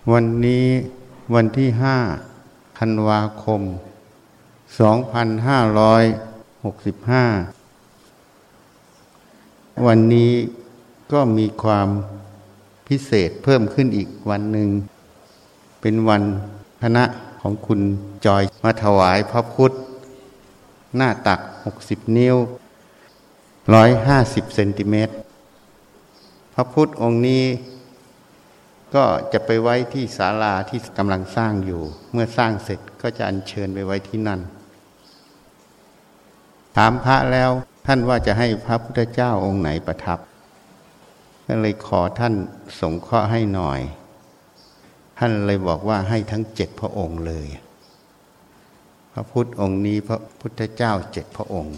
วันนี้วันที่5 ธันวาคม 2565 วันนี้ก็มีความพิเศษเพิ่มขึ้นอีกวันหนึ่งเป็นวันคณะของคุณจอยมาถวายพระพุทธหน้าตัก60 นิ้ว150 เซนติเมตรพระพุทธองค์นี้ก็จะไปไว้ที่ศาลาที่กำลังสร้างอยู่เมื่อสร้างเสร็จก็จะอัญเชิญไปไว้ที่นั่นถามพระแล้วท่านว่าจะให้พระพุทธเจ้าองค์ไหนประทับก็เลยขอท่านสงเคราะห์ให้หน่อยท่านเลยบอกว่าให้ทั้ง7 พระองค์เลยพระพุทธองค์นี้พระพุทธเจ้า7 พระองค์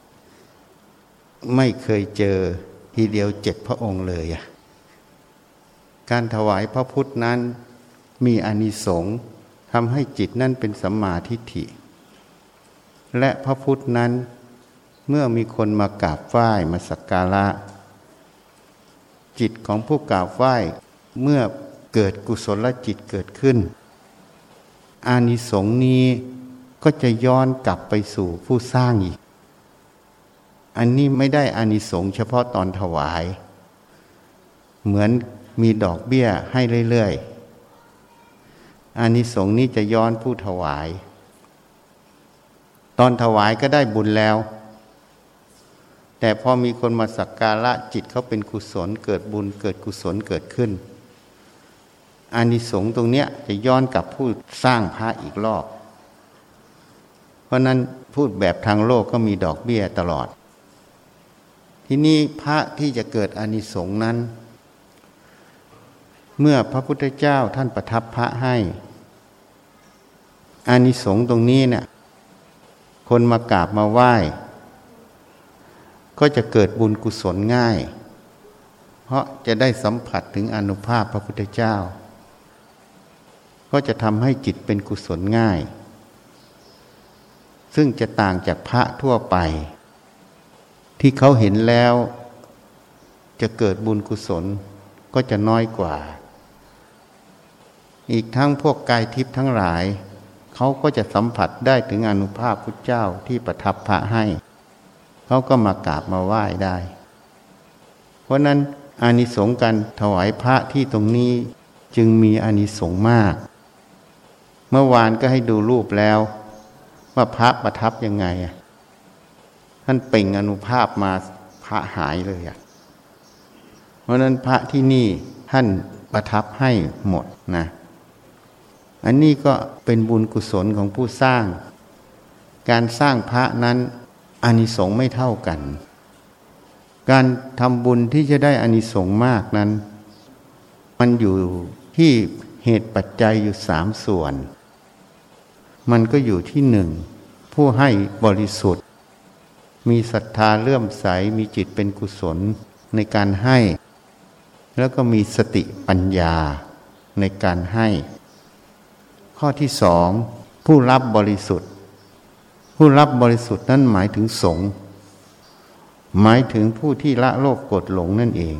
ไม่เคยเจอทีเดียว7 พระองค์เลยการถวายพระพุทธนั้นมีอานิสงส์ทำให้จิตนั้นเป็นสัมมาทิฏฐิและพระพุทธนั้นเมื่อมีคนมากราบไหว้มาสักการะจิตของผู้กราบไหว้เมื่อเกิดกุศลจิตเกิดขึ้นอานิสงส์นี้ก็จะย้อนกลับไปสู่ผู้สร้างอีกอันนี้ไม่ได้อานิสงส์เฉพาะตอนถวายเหมือนมีดอกเบี้ยให้เรื่อยๆอานิสงส์นี้จะย้อนผู้ถวายตอนถวายก็ได้บุญแล้วแต่พอมีคนมาสักการะจิตเขาเป็นกุศลเกิดบุญเกิดกุศลเกิดขึ้นอานิสงส์ตรงเนี้ยจะย้อนกับผู้สร้างพระอีกรอบเพราะนั้นพูดแบบทางโลกก็มีดอกเบี้ยตลอดที่นี่พระที่จะเกิดอานิสงส์นั้นเมื่อพระพุทธเจ้าท่านประทับพระให้อานิสงส์ตรงนี้เนี่ยคนมากราบมาไหว้ก็จะเกิดบุญกุศลง่ายเพราะจะได้สัมผัสถึงอานุภาพพระพุทธเจ้าก็จะทำให้จิตเป็นกุศลง่ายซึ่งจะต่างจากพระทั่วไปที่เขาเห็นแล้วจะเกิดบุญกุศลก็จะน้อยกว่าอีกทั้งพวกกายทิพย์ทั้งหลายเขาก็จะสัมผัสได้ถึงอานุภาพพุทธเจ้าที่ประทับพระให้เขาก็มากราบมาไหว้ได้เพราะนั้นอานิสงส์การถวายพระที่ตรงนี้จึงมีอานิสงส์มากเมื่อวานก็ให้ดูรูปแล้วว่าพระประทับยังไงท่านเปล่งอานุภาพมาพระหายเลยเพราะนั้นพระที่นี่ท่านประทับให้หมดนะอันนี้ก็เป็นบุญกุศลของผู้สร้างการสร้างพระนั้นอานิสงส์ไม่เท่ากันการทำบุญที่จะได้อานิสงส์มากนั้นมันอยู่ที่เหตุปัจจัยอยู่3 ส่วนมันก็อยู่ที่1ผู้ให้บริสุทธิ์มีศรัทธาเลื่อมใสมีจิตเป็นกุศลในการให้แล้วก็มีสติปัญญาในการให้ข้อที่2ผู้รับบริสุทธิ์ผู้รับบริสุทธิ์นั้นหมายถึงสงฆ์หมายถึงผู้ที่ละโลภโกรธหลงนั่นเอง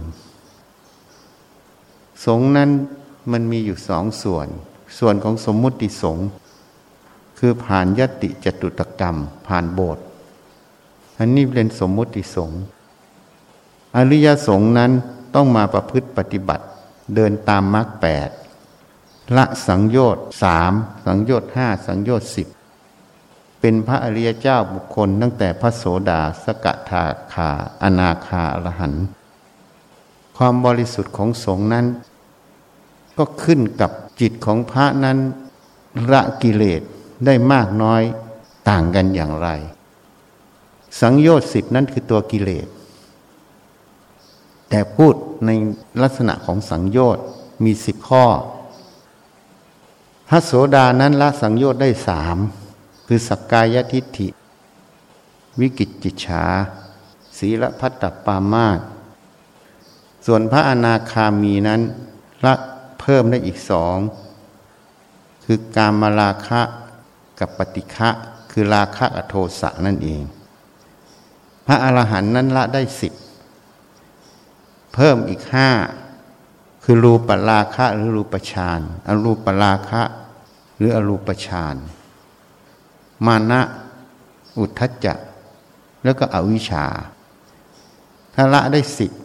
สงฆ์นั้นมันมีอยู่2 ส่วนของสมมุติสงฆ์คือผ่านยติจตุตกรรมผ่านโบสถ์อันนี้เป็นสมมุติสงฆ์อริยสงฆ์นั้นต้องมาประพฤติปฏิบัติเดินตามมรรค8ละสังโยชน์3สังโยชน์5สังโยชน์10เป็นพระอริยเจ้าบุคคลตั้งแต่พระโสดาสกทาคาอนาคาอรหันต์ความบริสุทธิ์ของสงฆ์นั้นก็ขึ้นกับจิตของพระนั้นละกิเลสได้มากน้อยต่างกันอย่างไรสังโยชน์10นั้นคือตัวกิเลสแต่พูดในลักษณะของสังโยชน์มี10 ข้อพระโสดานั้นละสังโยชน์ได้3คือสักกายทิฏฐิวิกิจจิจฉาศีลพัตตปามาสส่วนพระอนาคามีนั้นละเพิ่มได้อีก2คือกามราคะกับปฏิฆะคือราคะกับโทสะนั่นเองพระอรหันต์นั้นละได้10เพิ่มอีก5 คือรูปราคะหรือรูปฌานอรูปราคะหรืออรูปฌานมานะอุทธัจจะแล้วก็อวิชชาถ้าละได้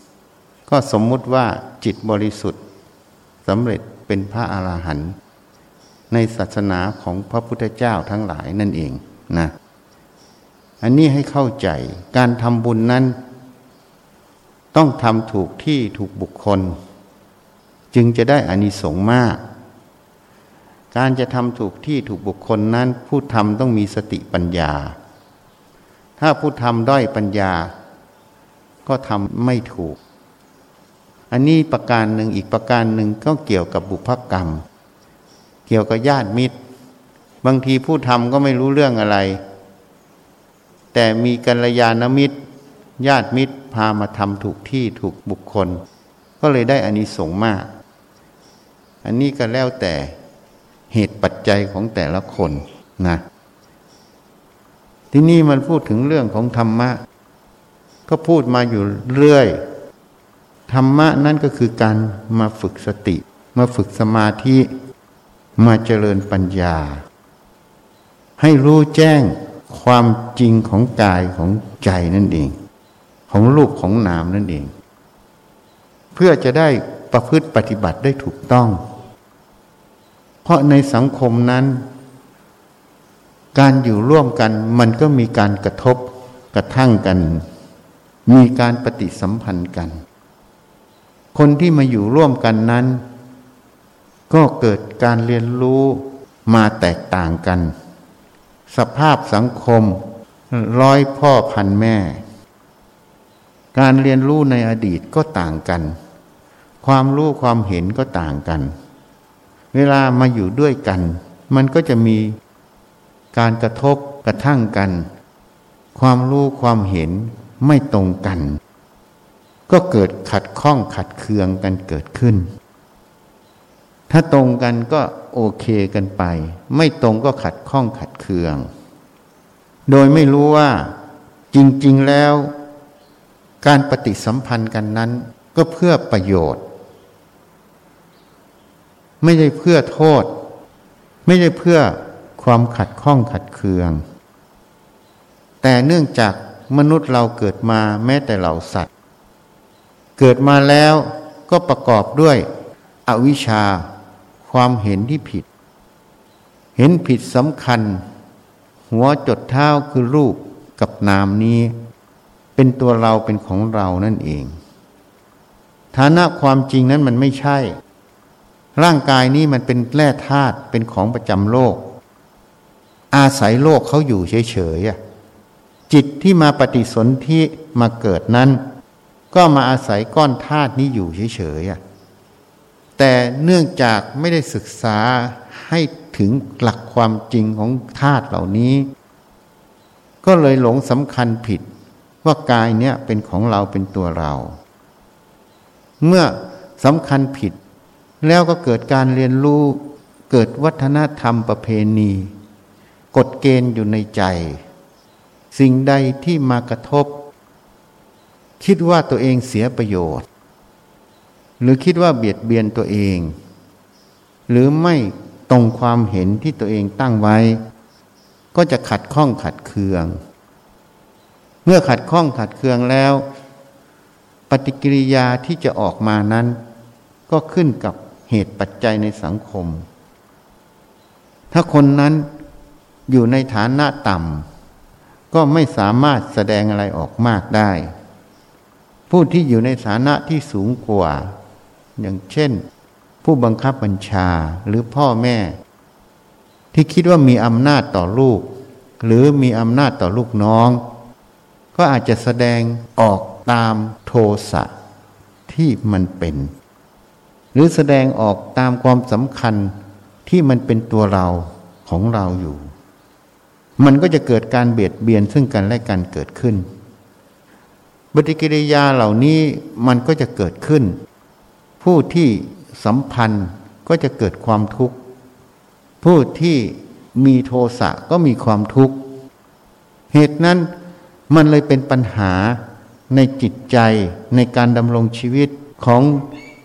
10ก็สมมุติว่าจิตบริสุทธิ์สำเร็จเป็นพระอรหันต์ในศาสนาของพระพุทธเจ้าทั้งหลายนั่นเองนะอันนี้ให้เข้าใจการทำบุญนั้นต้องทำถูกที่ถูกบุคคลจึงจะได้อานิสงส์มากการจะทำถูกที่ถูกบุคคลนั้นผู้ทำต้องมีสติปัญญาถ้าผู้ทำด้อยปัญญาก็ทำไม่ถูกอันนี้ประการหนึ่งอีกประการหนึ่งก็เกี่ยวกับบุพกรรมเกี่ยวกับญาติมิตรบางทีผู้ทำก็ไม่รู้เรื่องอะไรแต่มีกัลยาณมิตรญาติมิตรพามาทำถูกที่ถูกบุคคลก็เลยได้อานิสงส์มากอันนี้ก็แล้วแต่เหตุปัจจัยของแต่ละคนนะที่นี่มันพูดถึงเรื่องของธรรมะก็พูดมาอยู่เรื่อยธรรมะนั่นก็คือการมาฝึกสติมาฝึกสมาธิมาเจริญปัญญาให้รู้แจ้งความจริงของกายของใจนั่นเองของรูปของนามนั่นเองเพื่อจะได้ประพฤติปฏิบัติได้ถูกต้องเพราะในสังคมนั้นการอยู่ร่วมกันมันก็มีการกระทบกระทั่งกันมีการปฏิสัมพันธ์กันคนที่มาอยู่ร่วมกันนั้นก็เกิดการเรียนรู้มาแตกต่างกันสภาพสังคมร้อยพ่อพันแม่การเรียนรู้ในอดีตก็ต่างกันความรู้ความเห็นก็ต่างกันเวลามาอยู่ด้วยกันมันก็จะมีการกระทบกระทั่งกันความรู้ความเห็นไม่ตรงกันก็เกิดขัดข้องขัดเคืองกันเกิดขึ้นถ้าตรงกันก็โอเคกันไปไม่ตรงก็ขัดข้องขัดเคืองโดยไม่รู้ว่าจริงๆแล้วการปฏิสัมพันธ์กันนั้นก็เพื่อประโยชน์ไม่ได้เพื่อโทษไม่ได้เพื่อความขัดข้องขัดเคืองแต่เนื่องจากมนุษย์เราเกิดมาแม้แต่เหล่าสัตว์เกิดมาแล้วก็ประกอบด้วยอวิชชาความเห็นที่ผิดเห็นผิดสำคัญหัวจดเท้าคือรูปกับนามนี้เป็นตัวเราเป็นของเรานั่นเองฐานะความจริงนั้นมันไม่ใช่ร่างกายนี้มันเป็นแร่ธาตุเป็นของประจำโลกอาศัยโลกเขาอยู่เฉยๆจิตที่มาปฏิสนธิมาเกิดนั้นก็มาอาศัยก้อนธาตุนี้อยู่เฉยๆแต่เนื่องจากไม่ได้ศึกษาให้ถึงหลักความจริงของธาตุเหล่านี้ก็เลยหลงสำคัญผิดว่ากายเนี้ยเป็นของเราเป็นตัวเราเมื่อสำคัญผิดแล้วก็เกิดการเรียนรู้เกิดวัฒนธรรมประเพณีกฎเกณฑ์อยู่ในใจสิ่งใดที่มากระทบคิดว่าตัวเองเสียประโยชน์หรือคิดว่าเบียดเบียนตัวเองหรือไม่ตรงความเห็นที่ตัวเองตั้งไว้ก็จะขัดข้องขัดเคืองเมื่อขัดข้องขัดเคืองแล้วปฏิกิริยาที่จะออกมานั้นก็ขึ้นกับเหตุปัจจัยในสังคมถ้าคนนั้นอยู่ในฐานะต่ำก็ไม่สามารถแสดงอะไรออกมากได้ผู้ที่อยู่ในฐานะที่สูงกว่าอย่างเช่นผู้บังคับบัญชาหรือพ่อแม่ที่คิดว่ามีอำนาจต่อลูกหรือมีอำนาจต่อลูกน้องก็อาจจะแสดงออกตามโทสะที่มันเป็นหรือแสดงออกตามความสำคัญที่มันเป็นตัวเราของเราอยู่มันก็จะเกิดการเบียดเบียนซึ่งกันและกันเกิดขึ้นปฏิกิริยาเหล่านี้มันก็จะเกิดขึ้นผู้ที่สัมพันธ์ก็จะเกิดความทุกข์ผู้ที่มีโทสะก็มีความทุกข์เหตุนั้นมันเลยเป็นปัญหาในจิตใจในการดำรงชีวิตของ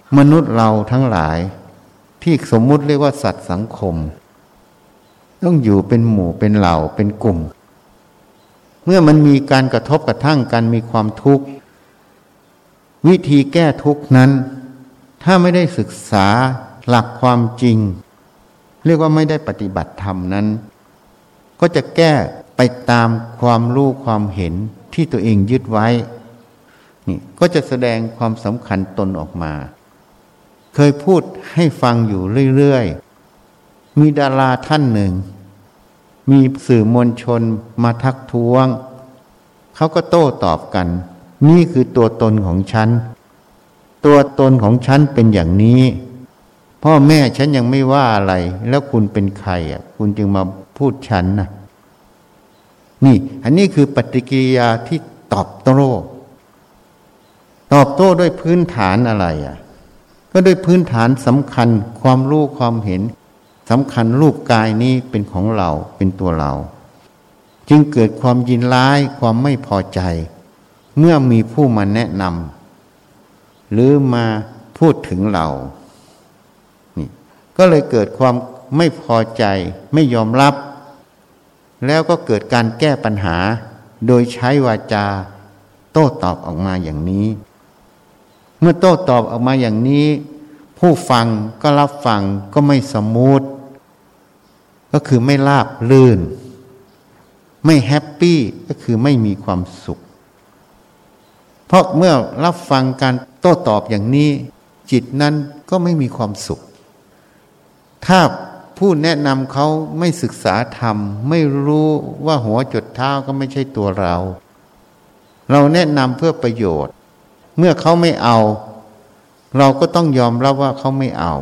มนุษย์เราทั้งหลายที่สมมุติเรียกว่าสัตว์สังคมต้องอยู่เป็นหมู่เป็นเหล่าเป็นกลุ่มเมื่อมันมีการกระทบกระทั่งกันมีความทุกข์วิธีแก้ทุกข์นั้นถ้าไม่ได้ศึกษาหลักความจริงเรียกว่าไม่ได้ปฏิบัติธรรมนั้นก็จะแก้ไปตามความรู้ความเห็นที่ตัวเองยึดไว้นี่ก็จะแสดงความสำคัญตนออกมาเคยพูดให้ฟังอยู่เรื่อยๆมีดาราท่านหนึ่งมีสื่อมวลชนมาทักท้วงเขาก็โต้ตอบกันนี่คือตัวตนของฉันตัวตนของฉันเป็นอย่างนี้พ่อแม่ฉันยังไม่ว่าอะไรแล้วคุณเป็นใครคุณจึงมาพูดฉันนะนี่อันนี้คือปฏิกิริยาที่ตอบโต้ด้วยพื้นฐานอะไรก็ด้วยพื้นฐานสำคัญความรู้ความเห็นสำคัญรูปกายนี้เป็นของเราเป็นตัวเราจึงเกิดความยินร้ายความไม่พอใจเมื่อมีผู้มาแนะนำหรือมาพูดถึงเรานี่ก็เลยเกิดความไม่พอใจไม่ยอมรับแล้วก็เกิดการแก้ปัญหาโดยใช้วาจาโต้ตอบออกมาอย่างนี้เมื่อโต้ตอบออกมาอย่างนี้ผู้ฟังก็รับฟังก็ไม่สมูทก็คือไม่ราบรื่นไม่แฮปปี้ก็คือไม่มีความสุขเพราะเมื่อรับฟังการโต้ตอบอย่างนี้จิตนั้นก็ไม่มีความสุขถ้าผู้แนะนำเขาไม่ศึกษาธรรมไม่รู้ว่าหัวจดเท้าก็ไม่ใช่ตัวเราแนะนำเพื่อประโยชน์เมื่อเขาไม่เอาเราก็ต้องยอมรับว่าเขาไม่เอา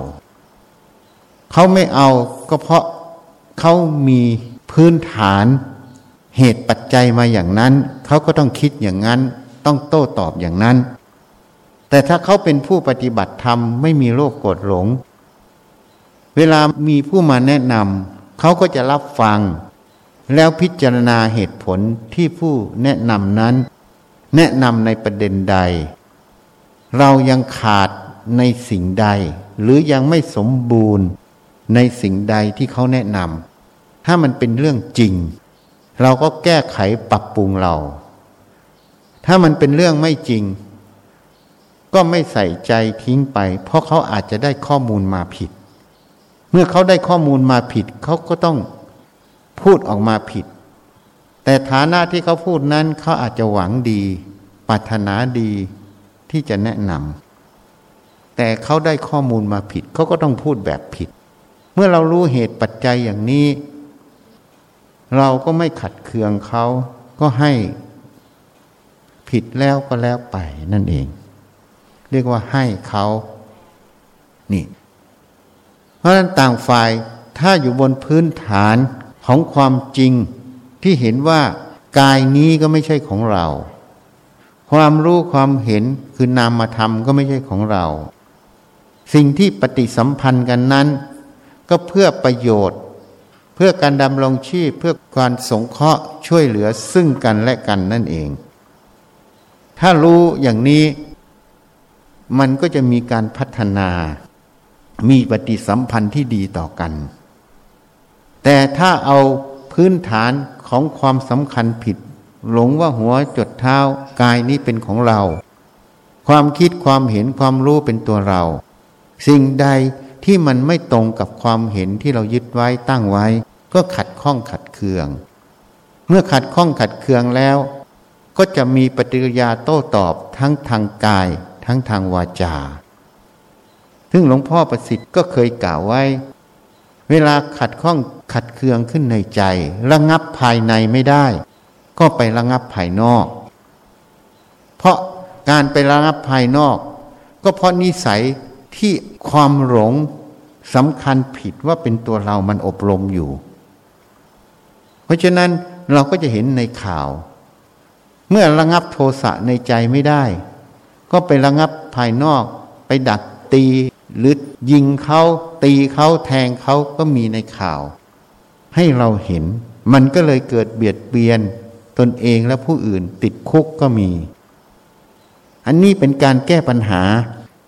ก็เพราะเขามีพื้นฐานเหตุปัจจัยมาอย่างนั้นเขาก็ต้องคิดอย่างนั้นต้องโต้ตอบอย่างนั้นแต่ถ้าเขาเป็นผู้ปฏิบัติธรรมไม่มีโลภโกรธหลงเวลามีผู้มาแนะนำเขาก็จะรับฟังแล้วพิจารณาเหตุผลที่ผู้แนะนำนั้นแนะนำในประเด็นใดเรายังขาดในสิ่งใดหรือยังไม่สมบูรณ์ในสิ่งใดที่เขาแนะนำถ้ามันเป็นเรื่องจริงเราก็แก้ไขปรับปรุงเราถ้ามันเป็นเรื่องไม่จริงก็ไม่ใส่ใจทิ้งไปเพราะเขาอาจจะได้ข้อมูลมาผิดเมื่อเขาได้ข้อมูลมาผิดเขาก็ต้องพูดออกมาผิดแต่ฐานะที่เขาพูดนั้นเขาอาจจะหวังดีปรารถนาดีที่จะแนะนำแต่เขาได้ข้อมูลมาผิดเขาก็ต้องพูดแบบผิดเมื่อเรารู้เหตุปัจจัยอย่างนี้เราก็ไม่ขัดเคืองเขาก็ให้ผิดแล้วก็แล้วไปนั่นเองเรียกว่าให้เขานี่เพราะฉะนั้นต่างฝ่ายถ้าอยู่บนพื้นฐานของความจริงที่เห็นว่ากายนี้ก็ไม่ใช่ของเราความรู้ความเห็นคือนามธรรมก็ไม่ใช่ของเราสิ่งที่ปฏิสัมพันธ์กันนั้นก็เพื่อประโยชน์เพื่อการดำรงชีพเพื่อการสงเคราะห์ช่วยเหลือซึ่งกันและกันนั่นเองถ้ารู้อย่างนี้มันก็จะมีการพัฒนามีปฏิสัมพันธ์ที่ดีต่อกันแต่ถ้าเอาพื้นฐานของความสำคัญผิดหลงว่าหัวจดเท้ากายนี้เป็นของเราความคิดความเห็นความรู้เป็นตัวเราสิ่งใดที่มันไม่ตรงกับความเห็นที่เรายึดไว้ตั้งไว้ก็ขัดข้องขัดเคืองเมื่อขัดข้องขัดเคืองแล้วก็จะมีปฏิกิริยาโต้ตอบทั้งทางกายทั้งทางวาจาซึ่งหลวงพ่อประสิทธิ์ก็เคยกล่าวไว้เวลาขัดข้องขัดเคืองขึ้นในใจระงับภายในไม่ได้ก็ไประงับภายนอกเพราะการไประงับภายนอกก็เพราะนิสัยที่ความหลงสำคัญผิดว่าเป็นตัวเรามันอบรมอยู่เพราะฉะนั้นเราก็จะเห็นในข่าวเมื่อระงับโทสะในใจไม่ได้ก็ไประงับภายนอกไปดักตีหรือยิงเขาตีเขาแทงเขาก็มีในข่าวให้เราเห็นมันก็เลยเกิดเบียดเบียนตนเองและผู้อื่นติดคุกก็มีอันนี้เป็นการแก้ปัญหา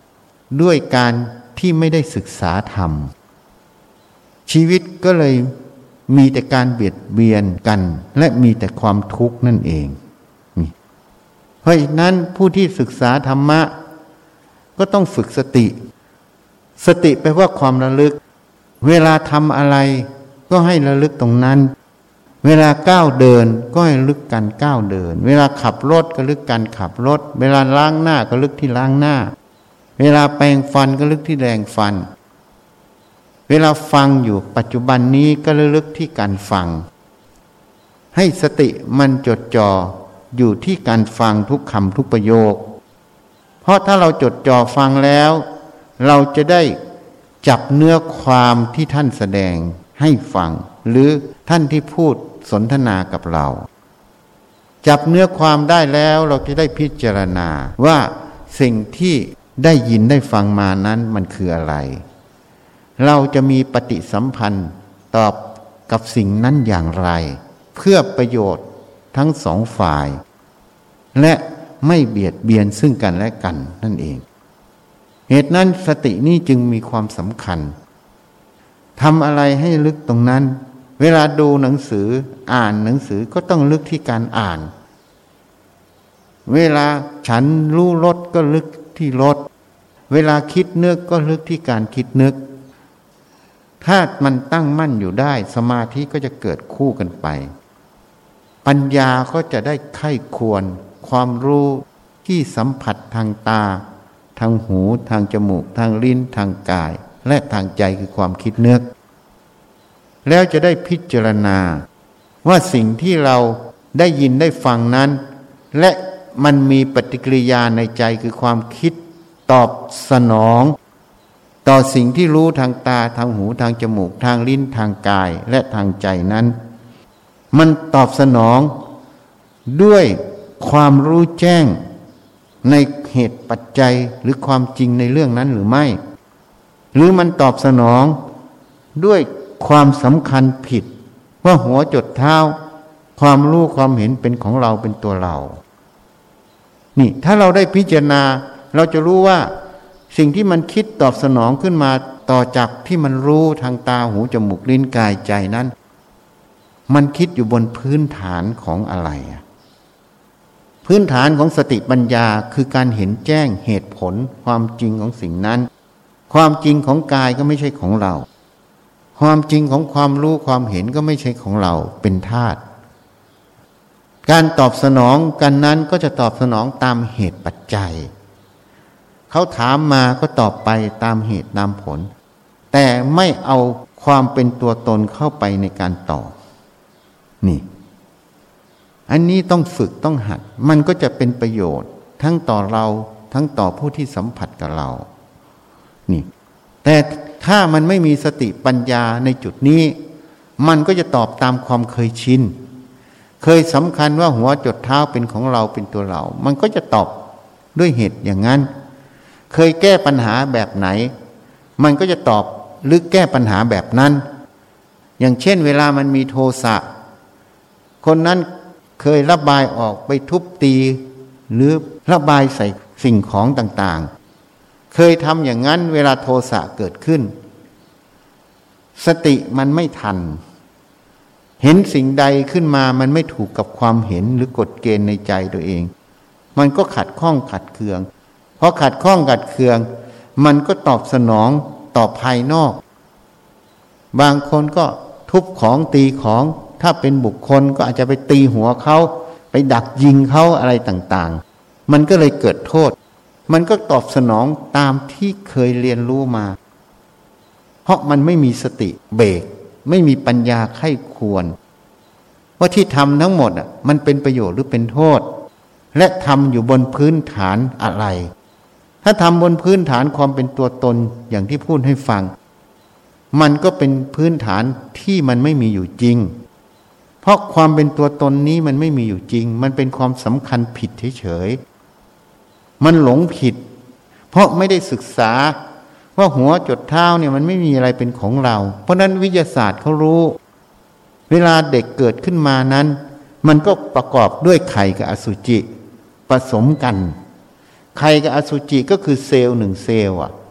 ด้วยการที่ไม่ได้ศึกษาธรรมชีวิตก็เลยมีแต่การเบียดเบียนกันและมีแต่ความทุกข์นั่นเองเพราะฉะนั้นผู้ที่ศึกษาธรรมะก็ต้องฝึกสติสติแปลว่าความระลึกเวลาทำอะไรก็ให้ระลึกตรงนั้นเวลาก้าวเดินก็ให้ระลึกการก้าวเดินเวลาขับรถก็ระลึกการขับรถเวลาล้างหน้าก็ระลึกที่ล้างหน้าเวลาแปรงฟันก็ระลึกที่แปรงฟันเวลาฟังอยู่ปัจจุบันนี้ก็ระลึกที่การฟังให้สติมันจดจ่ออยู่ที่การฟังทุกคำทุกประโยคเพราะถ้าเราจดจ่อฟังแล้วเราจะได้จับเนื้อความที่ท่านแสดงให้ฟังหรือท่านที่พูดสนทนากับเราจับเนื้อความได้แล้วเราจะได้พิจารณาว่าสิ่งที่ได้ยินได้ฟังมานั้นมันคืออะไรเราจะมีปฏิสัมพันธ์ตอบกับสิ่งนั้นอย่างไรเพื่อประโยชน์ทั้งสองฝ่ายและไม่เบียดเบียนซึ่งกันและกันนั่นเองเหตุนั้นสตินี้จึงมีความสำคัญทำอะไรให้ลึกตรงนั้นเวลาดูหนังสืออ่านหนังสือก็ต้องลึกที่การอ่านเวลาฉันรู้รสก็ลึกที่รสเวลาคิดนึกก็ลึกที่การคิดนึกถ้ามันตั้งมั่นอยู่ได้สมาธิก็จะเกิดคู่กันไปปัญญาก็จะได้ไข้ควรความรู้ที่สัมผัสทางตาทางหูทางจมูกทางลิ้นทางกายและทางใจคือความคิดนึกแล้วจะได้พิจารณาว่าสิ่งที่เราได้ยินได้ฟังนั้นและมันมีปฏิกิริยาในใจคือความคิดตอบสนองต่อสิ่งที่รู้ทางตาทางหูทางจมูกทางลิ้นทางกายและทางใจนั้นมันตอบสนองด้วยความรู้แจ้งในเหตุปัจจัยหรือความจริงในเรื่องนั้นหรือไม่หรือมันตอบสนองด้วยความสำคัญผิดว่าหัวจดเท้าความรู้ความเห็นเป็นของเราเป็นตัวเรานี่ถ้าเราได้พิจารณาเราจะรู้ว่าสิ่งที่มันคิดตอบสนองขึ้นมาต่อจากที่มันรู้ทางตาหูจมูกลิ้นกายใจนั้นมันคิดอยู่บนพื้นฐานของอะไรพื้นฐานของสติปัญญาคือการเห็นแจ้งเหตุผลความจริงของสิ่งนั้นความจริงของกายก็ไม่ใช่ของเราความจริงของความรู้ความเห็นก็ไม่ใช่ของเราเป็นธาตุการตอบสนองกันนั้นก็จะตอบสนองตามเหตุปัจจัยเขาถามมาก็ตอบไปตามเหตุตามผลแต่ไม่เอาความเป็นตัวตนเข้าไปในการตอบนี่อันนี้ต้องฝึกต้องหัดมันก็จะเป็นประโยชน์ทั้งต่อเราทั้งต่อผู้ที่สัมผัสกับเรานี่แต่ถ้ามันไม่มีสติปัญญาในจุดนี้มันก็จะตอบตามความเคยชินเคยสำคัญว่าหัวจดเท้าเป็นของเราเป็นตัวเรามันก็จะตอบด้วยเหตุอย่างนั้นเคยแก้ปัญหาแบบไหนมันก็จะตอบหรือแก้ปัญหาแบบนั้นอย่างเช่นเวลามันมีโทสะคนนั้นเคยระบายออกไปทุบตีหรือระบายใส่สิ่งของต่างๆเคยทำอย่างนั้นเวลาโทสะเกิดขึ้นสติมันไม่ทันเห็นสิ่งใดขึ้นมามันไม่ถูกกับความเห็นหรือกฎเกณฑ์ในใจตัวเองมันก็ขัดข้องขัดเคืองเพราะขัดข้องขัดเคืองมันก็ตอบสนองต่อภายนอกบางคนก็ทุบของตีของถ้าเป็นบุคคลก็อาจจะไปตีหัวเขาไปดักยิงเขาอะไรต่างๆมันก็เลยเกิดโทษมันก็ตอบสนองตามที่เคยเรียนรู้มาเพราะมันไม่มีสติเบรกไม่มีปัญญาไข้ควรว่าที่ทำทั้งหมดมันเป็นประโยชน์หรือเป็นโทษและทำอยู่บนพื้นฐานอะไรถ้าทำบนพื้นฐานความเป็นตัวตนอย่างที่พูดให้ฟังมันก็เป็นพื้นฐานที่มันไม่มีอยู่จริงเพราะความเป็นตัวตนนี้มันไม่มีอยู่จริงมันเป็นความสำคัญผิดเฉยๆมันหลงผิดเพราะไม่ได้ศึกษาว่าหัวจดเท้าเนี่ยมันไม่มีอะไรเป็นของเราเพราะนั้นวิทยาศาสตร์เขารู้เวลาเด็กเกิดขึ้นมานั้นมันก็ประกอบด้วยไข่กับอสุจิผสมกันไข่กับอสุจิก็คือเซลล์หนึ่งเซลล์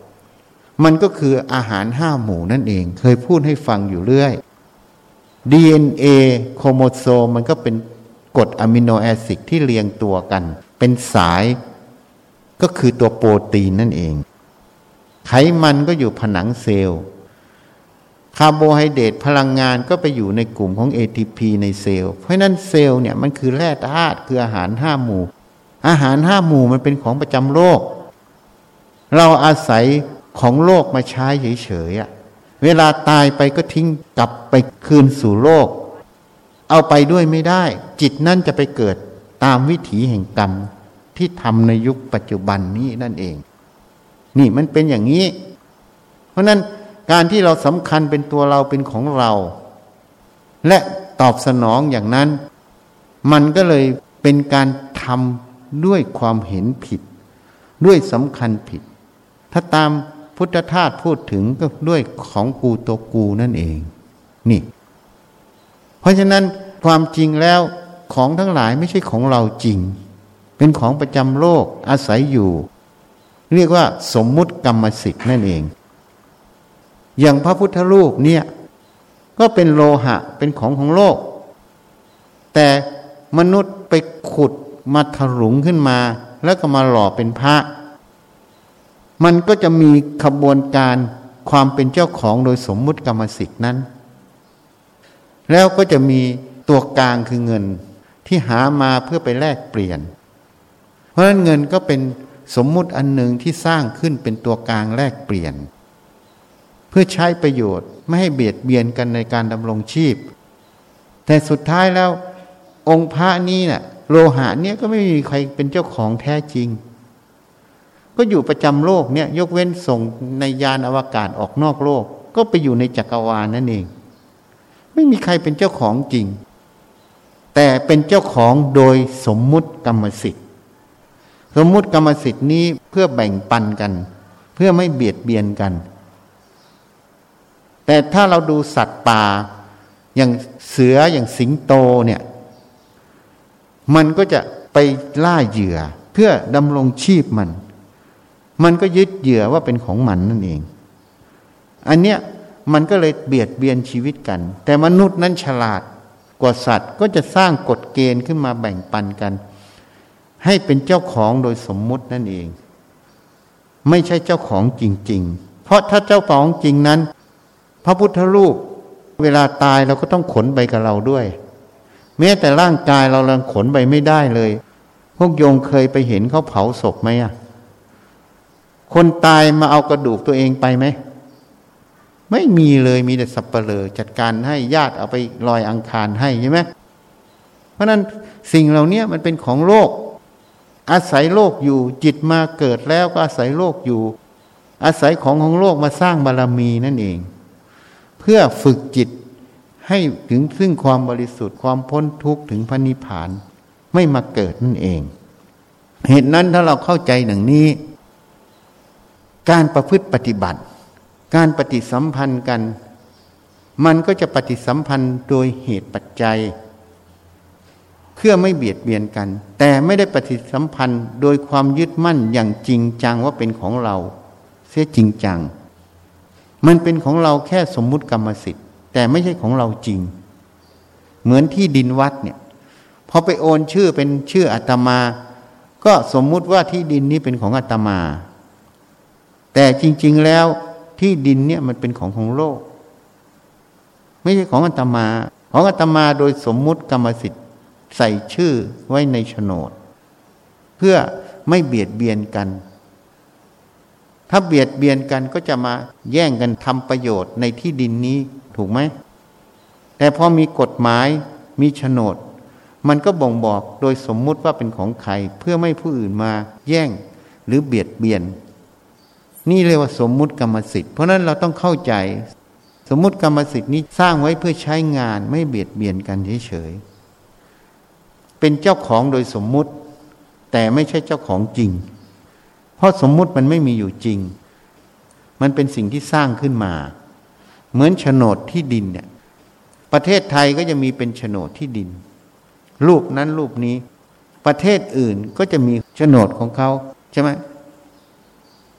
มันก็คืออาหาร5 หมู่นั่นเองเคยพูดให้ฟังอยู่เรื่อย DNA โครโมโซมมันก็เป็นกรดอะมิโนแอซิดที่เรียงตัวกันเป็นสายก็คือตัวโปรตีนนั่นเองไขมันก็อยู่ผนังเซลล์คาร์โบไฮเดรตพลังงานก็ไปอยู่ในกลุ่มของ ATP ในเซลล์เพราะนั้นเซลล์เนี่ยมันคือแร่ธาตุคืออาหาร5 หมู่อาหาร5 หมู่มันเป็นของประจำโลกเราอาศัยของโลกมาใช้เฉยๆเวลาตายไปก็ทิ้งกลับไปคืนสู่โลกเอาไปด้วยไม่ได้จิตนั่นจะไปเกิดตามวิถีแห่งกรรมที่ทำในยุคปัจจุบันนี้นั่นเองนี่มันเป็นอย่างนี้เพราะนั้นการที่เราสำคัญเป็นตัวเราเป็นของเราและตอบสนองอย่างนั้นมันก็เลยเป็นการทำด้วยความเห็นผิดด้วยสำคัญผิดถ้าตามพุทธทาสพูดถึงก็ด้วยของกูตัวกูนั่นเองนี่เพราะฉะนั้นความจริงแล้วของทั้งหลายไม่ใช่ของเราจริงเป็นของประจำโลกอาศัยอยู่เรียกว่าสมมุติกรรมสิทธิ์นั่นเองอย่างพระพุทธรูปเนี่ยก็เป็นโลหะเป็นของโลกแต่มนุษย์ไปขุดมาถลุงขึ้นมาแล้วก็มาหล่อเป็นพระมันก็จะมีขบวนการความเป็นเจ้าของโดยสมมุติกรรมสิทธิ์นั้นแล้วก็จะมีตัวกลางคือเงินที่หามาเพื่อไปแลกเปลี่ยนเพราะฉะนั้นเงินก็เป็นสมมุติอันหนึ่งที่สร้างขึ้นเป็นตัวกลางแลกเปลี่ยนเพื่อใช้ประโยชน์ไม่ให้เบียดเบียนกันในการดำรงชีพแต่สุดท้ายแล้วองค์พระนี้น่ะโลหะเนี่ยก็ไม่มีใครเป็นเจ้าของแท้จริงก็อยู่ประจำโลกเนี่ยยกเว้นส่งในยานอวกาศออกนอกโลกก็ไปอยู่ในจักรวาลนั่นเองไม่มีใครเป็นเจ้าของจริงแต่เป็นเจ้าของโดยสมมุติกรรมสิทธิ์สมมุติกรรมสิทธิ์นี้เพื่อแบ่งปันกันเพื่อไม่เบียดเบียนกันแต่ถ้าเราดูสัตว์ป่าอย่างเสืออย่างสิงโตเนี่ยมันก็จะไปล่าเหยื่อเพื่อดำรงชีพมันก็ยึดเหยื่อว่าเป็นของมันนั่นเองอันเนี้ยมันก็เลยเบียดเบียนชีวิตกันแต่มนุษย์นั้นฉลาดกว่าสัตว์ก็จะสร้างกฎเกณฑ์ขึ้นมาแบ่งปันกันให้เป็นเจ้าของโดยสมมุตินั่นเองไม่ใช่เจ้าของจริงๆเพราะถ้าเจ้าของจริงนั้นพระพุทธรูปเวลาตายเราก็ต้องขนไปกับเราด้วยแม้แต่ร่างกายเราลังขนไปไม่ได้เลยพวกโยมเคยไปเห็นเขาเผาศพไหมคนตายมาเอากระดูกตัวเองไปไหมไม่มีเลยมีแต่สัปเหร่อจัดการให้ญาติเอาไปลอยอังคารให้ใช่ไหมเพราะนั้นสิ่งเหล่านี้มันเป็นของโลกอาศัยโลกอยู่จิตมาเกิดแล้วก็อาศัยโลกอยู่อาศัยของโลกมาสร้างบารมีนั่นเองเพื่อฝึกจิตให้ถึงซึ่งความบริสุทธิ์ความพ้นทุกข์ถึงพระนิพพานไม่มาเกิดนั่นเองเหตุนั้นถ้าเราเข้าใจอย่างนี้การประพฤติปฏิบัติการปฏิสัมพันธ์กันมันก็จะปฏิสัมพันธ์โดยเหตุปัจจัยเพื่อไม่เบียดเบียนกันแต่ไม่ได้ปฏิสัมพันธ์โดยความยึดมั่นอย่างจริงจังว่าเป็นของเราเสียจริงจังมันเป็นของเราแค่สมมุติกรรมสิทธิ์แต่ไม่ใช่ของเราจริงเหมือนที่ดินวัดเนี่ยพอไปโอนชื่อเป็นชื่ออาตมาก็สมมุติว่าที่ดินนี้เป็นของอาตมาแต่จริงๆแล้วที่ดินเนี่ยมันเป็นของโลกไม่ใช่ของอาตมาของอาตมาโดยสมมุติกรรมสิทธิ์ใส่ชื่อไว้ในโฉนดเพื่อไม่เบียดเบียนกันถ้าเบียดเบียนกันก็จะมาแย่งกันทำประโยชน์ในที่ดินนี้ถูกไหมแต่พอมีกฎหมายมีโฉนดมันก็บ่งบอกโดยสมมุติว่าเป็นของใครเพื่อไม่ผู้อื่นมาแย่งหรือเบียดเบียนนี่เรียกว่าสมมุติกรรมสิทธิ์เพราะนั้นเราต้องเข้าใจสมมุติกรรมสิทธิ์นี้สร้างไว้เพื่อใช้งานไม่เบียดเบียนกันเฉยๆเป็นเจ้าของโดยสมมุติแต่ไม่ใช่เจ้าของจริงเพราะสมมุติมันไม่มีอยู่จริงมันเป็นสิ่งที่สร้างขึ้นมาเหมือนโฉนดที่ดินเนี่ยประเทศไทยก็จะมีเป็นโฉนดที่ดินรูปนั้นรูปนี้ประเทศอื่นก็จะมีโฉนดของเขาใช่ไหม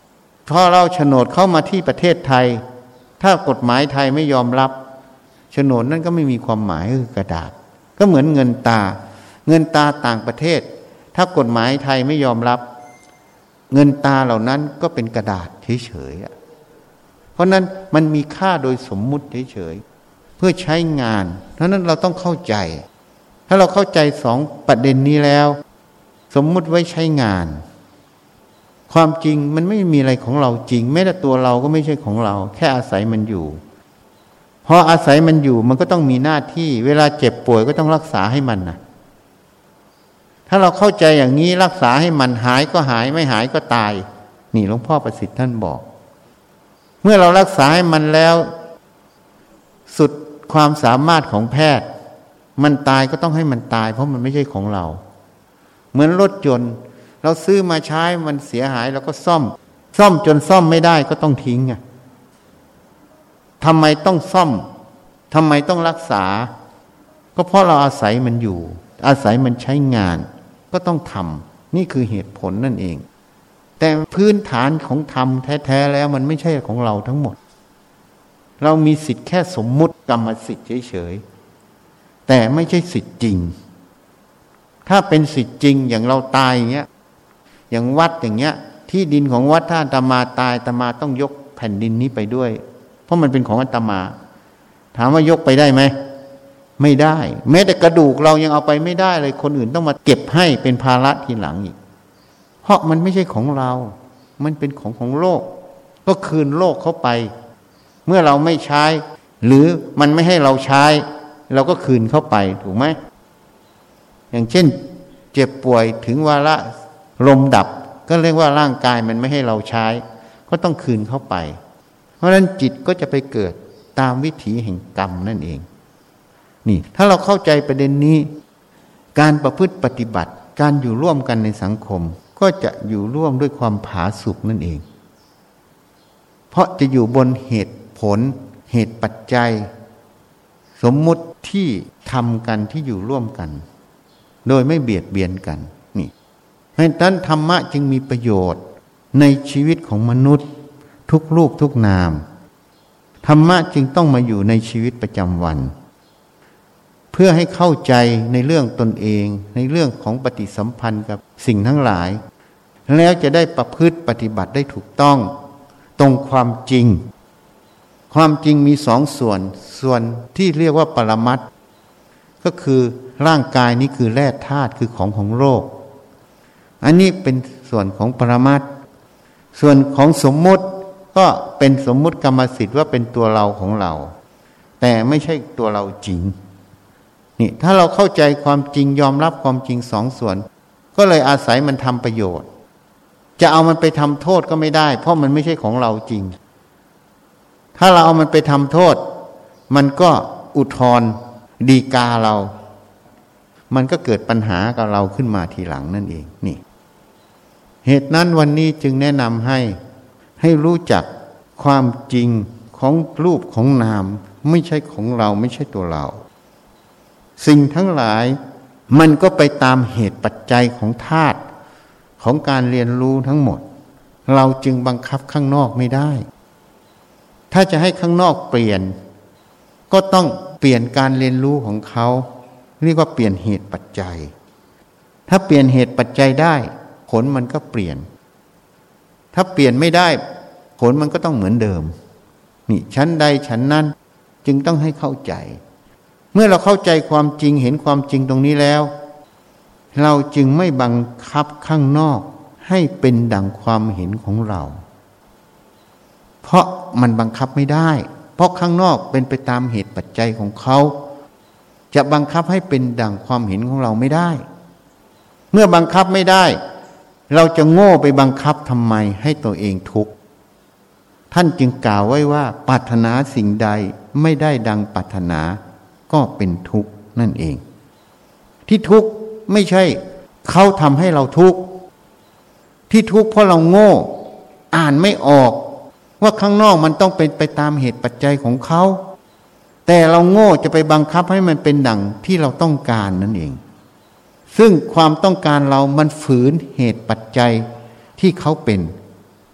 พอเราโฉนดเข้ามาที่ประเทศไทยถ้ากฎหมายไทยไม่ยอมรับโฉนดนั่นก็ไม่มีความหมายคือกระดาษก็เหมือนเงินตาต่างประเทศถ้ากฎหมายไทยไม่ยอมรับเงินตาเหล่านั้นก็เป็นกระดาษเฉยๆเพราะนั้นมันมีค่าโดยสมมุติเฉยๆเพื่อใช้งานเพราะนั้นเราต้องเข้าใจถ้าเราเข้าใจสองประเด็นนี้แล้วสมมุติไว้ใช้งานความจริงมันไม่มีอะไรของเราจริงแม้แต่ตัวเราก็ไม่ใช่ของเราแค่อาศัยมันอยู่พออาศัยมันอยู่มันก็ต้องมีหน้าที่เวลาเจ็บป่วยก็ต้องรักษาให้มันนะถ้าเราเข้าใจอย่างนี้รักษาให้มันหายก็หายไม่หายก็ตายนี่หลวงพ่อประสิทธิ์ท่านบอกเมื่อเรารักษาให้มันแล้วสุดความสามารถของแพทย์มันตายก็ต้องให้มันตายเพราะมันไม่ใช่ของเราเหมือนรถยนต์เราซื้อมาใช้มันเสียหายเราก็ซ่อมจนซ่อมไม่ได้ก็ต้องทิ้งทำไมต้องซ่อมทำไมต้องรักษาก็เพราะเราอาศัยมันอยู่อาศัยมันใช้งานก็ต้องทำนี่คือเหตุผลนั่นเองแต่พื้นฐานของธรรมแท้ๆแล้วมันไม่ใช่ของเราทั้งหมดเรามีสิทธิ์แค่สมมุติกรรมสิทธิ์เฉยๆแต่ไม่ใช่สิทธิ์จริงถ้าเป็นสิทธิ์จริงอย่างเราตายอย่างเงี้ยอย่างวัดอย่างเงี้ยที่ดินของวัดถ้าอาตมาตายอาตมาต้องยกแผ่นดินนี้ไปด้วยเพราะมันเป็นของอาตมาถามว่ายกไปได้ไหมไม่ได้แม้แต่กระดูกเรายังเอาไปไม่ได้เลยคนอื่นต้องมาเก็บให้เป็นภาระทีหลังอีกเพราะมันไม่ใช่ของเรามันเป็นของโลกก็คืนโลกเข้าไปเมื่อเราไม่ใช้หรือมันไม่ให้เราใช้เราก็คืนเข้าไปถูกไหมอย่างเช่นเจ็บป่วยถึงวาระลมดับก็เรียกว่าร่างกายมันไม่ให้เราใช้ก็ต้องคืนเข้าไปเพราะฉะนั้นจิตก็จะไปเกิดตามวิถีแห่งกรรมนั่นเองนี่ถ้าเราเข้าใจประเด็นนี้การประพฤติปฏิบัติการอยู่ร่วมกันในสังคมก็จะอยู่ร่วมด้วยความผาสุกนั่นเองเพราะจะอยู่บนเหตุผลเหตุปัจจัยสมมุติที่ทำกันที่อยู่ร่วมกันโดยไม่เบียดเบียนกันนี่เพราะฉะนั้นธรรมะจึงมีประโยชน์ในชีวิตของมนุษย์ทุกรูปทุกนามธรรมะจึงต้องมาอยู่ในชีวิตประจำวันเพื่อให้เข้าใจในเรื่องตนเองในเรื่องของปฏิสัมพันธ์กับสิ่งทั้งหลายแล้วจะได้ประพฤติปฏิบัติได้ถูกต้องตรงความจริงความจริงมีสองส่วนที่เรียกว่าปรมัตถ์ก็คือร่างกายนี้คือแร่ธาตุคือของโลกอันนี้เป็นส่วนของปรมัตถ์ส่วนของสมมุติก็เป็นสมมุติกรรมสิทธิ์ว่าเป็นตัวเราของเราแต่ไม่ใช่ตัวเราจริงนี่ถ้าเราเข้าใจความจริงยอมรับความจริงสองส่วนก็เลยอาศัยมันทำประโยชน์จะเอามันไปทำโทษก็ไม่ได้เพราะมันไม่ใช่ของเราจริงถ้าเราเอามันไปทำโทษมันก็อุทธรณ์ฎีกาเรามันก็เกิดปัญหากับเราขึ้นมาทีหลังนั่นเองนี่เหตุนั้นวันนี้จึงแนะนำให้รู้จักความจริงของรูปของนามไม่ใช่ของเราไม่ใช่ตัวเราสิ่งทั้งหลายมันก็ไปตามเหตุปัจจัยของธาตุของการเรียนรู้ทั้งหมดเราจึงบังคับข้างนอกไม่ได้ถ้าจะให้ข้างนอกเปลี่ยนก็ต้องเปลี่ยนการเรียนรู้ของเขาเรียกว่าเปลี่ยนเหตุปัจจัยถ้าเปลี่ยนเหตุปัจจัยได้ผลมันก็เปลี่ยนถ้าเปลี่ยนไม่ได้ผลมันก็ต้องเหมือนเดิมนี่ชั้นใดชั้นนั้นจึงต้องให้เข้าใจเมื่อเราเข้าใจความจริงเห็นความจริงตรงนี้แล้วเราจึงไม่บังคับข้างนอกให้เป็นดั่งความเห็นของเราเพราะมันบังคับไม่ได้เพราะข้างนอกเป็นไปตามเหตุปัจจัยของเขาจะบังคับให้เป็นดั่งความเห็นของเราไม่ได้เมื่อบังคับไม่ได้เราจะโง่ไปบังคับทำไมให้ตัวเองทุกข์ท่านจึงกล่าวไว้ว่าปรารถนาสิ่งใดไม่ได้ดังปรารถนาก็เป็นทุกข์นั่นเองที่ทุกข์ไม่ใช่เขาทำให้เราทุกข์ที่ทุกข์เพราะเราโง่อ่านไม่ออกว่าข้างนอกมันต้องเป็นไปตามเหตุปัจจัยของเขาแต่เราโง่จะไปบังคับให้มันเป็นดั่งที่เราต้องการนั่นเองซึ่งความต้องการเรามันฝืนเหตุปัจจัยที่เขาเป็น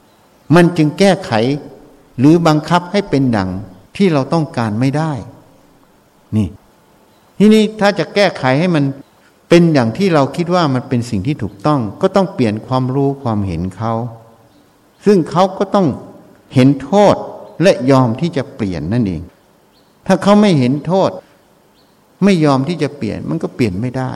มันจึงแก้ไขหรือบังคับให้เป็นดังที่เราต้องการไม่ได้นี่ทีนี้ถ้าจะแก้ไขให้มันเป็นอย่างที่เราคิดว่ามันเป็นสิ่งที่ถูกต้องก็ต้องเปลี่ยนความรู้ความเห็นเขาซึ่งเขาก็ต้องเห็นโทษและยอมที่จะเปลี่ยนนั่นเองถ้าเขาไม่เห็นโทษไม่ยอมที่จะเปลี่ยนมันก็เปลี่ยนไม่ได้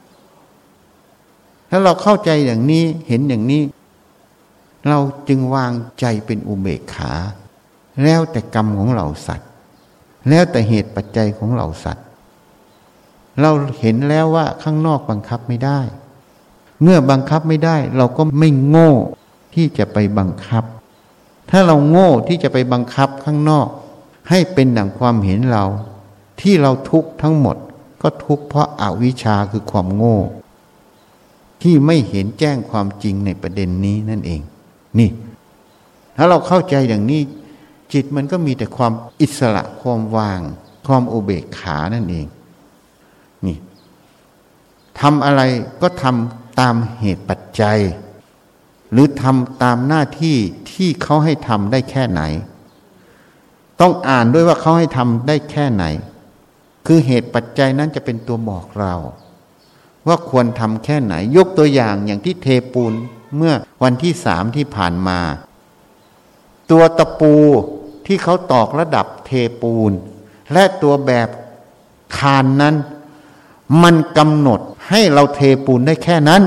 ถ้าเราเข้าใจอย่างนี้เห็นอย่างนี้เราจึงวางใจเป็นอุเบกขาแล้วแต่กรรมของเราสัตว์แล้วแต่เหตุปัจจัยของเราสัตว์เราเห็นแล้วว่าข้างนอกบังคับไม่ได้เมื่อบังคับไม่ได้เราก็ไม่โง่ที่จะไปบังคับถ้าเราโง่ที่จะไปบังคับข้างนอกให้เป็นดั่งความเห็นเราที่เราทุกข์ทั้งหมดก็ทุกข์เพราะอวิชชาคือความโง่ที่ไม่เห็นแจ้งความจริงในประเด็นนี้นั่นเองนี่ถ้าเราเข้าใจอย่างนี้จิตมันก็มีแต่ความอิสระความว่างความอุเบกขานั่นเองนี่ทำอะไรก็ทำตามเหตุปัจจัยหรือทำตามหน้าที่ที่เขาให้ทำได้แค่ไหนต้องอ่านด้วยว่าเขาให้ทำได้แค่ไหนคือเหตุปัจจัยนั้นจะเป็นตัวบอกเราว่าควรทำแค่ไหนยกตัวอย่างที่เทปูนเมื่อวันที่3ที่ผ่านมาตัวตะปูที่เขาตอกระดับเทปูนและตัวแบบคานนั้นมันกำหนดให้เราเทปูนได้แค่นั้น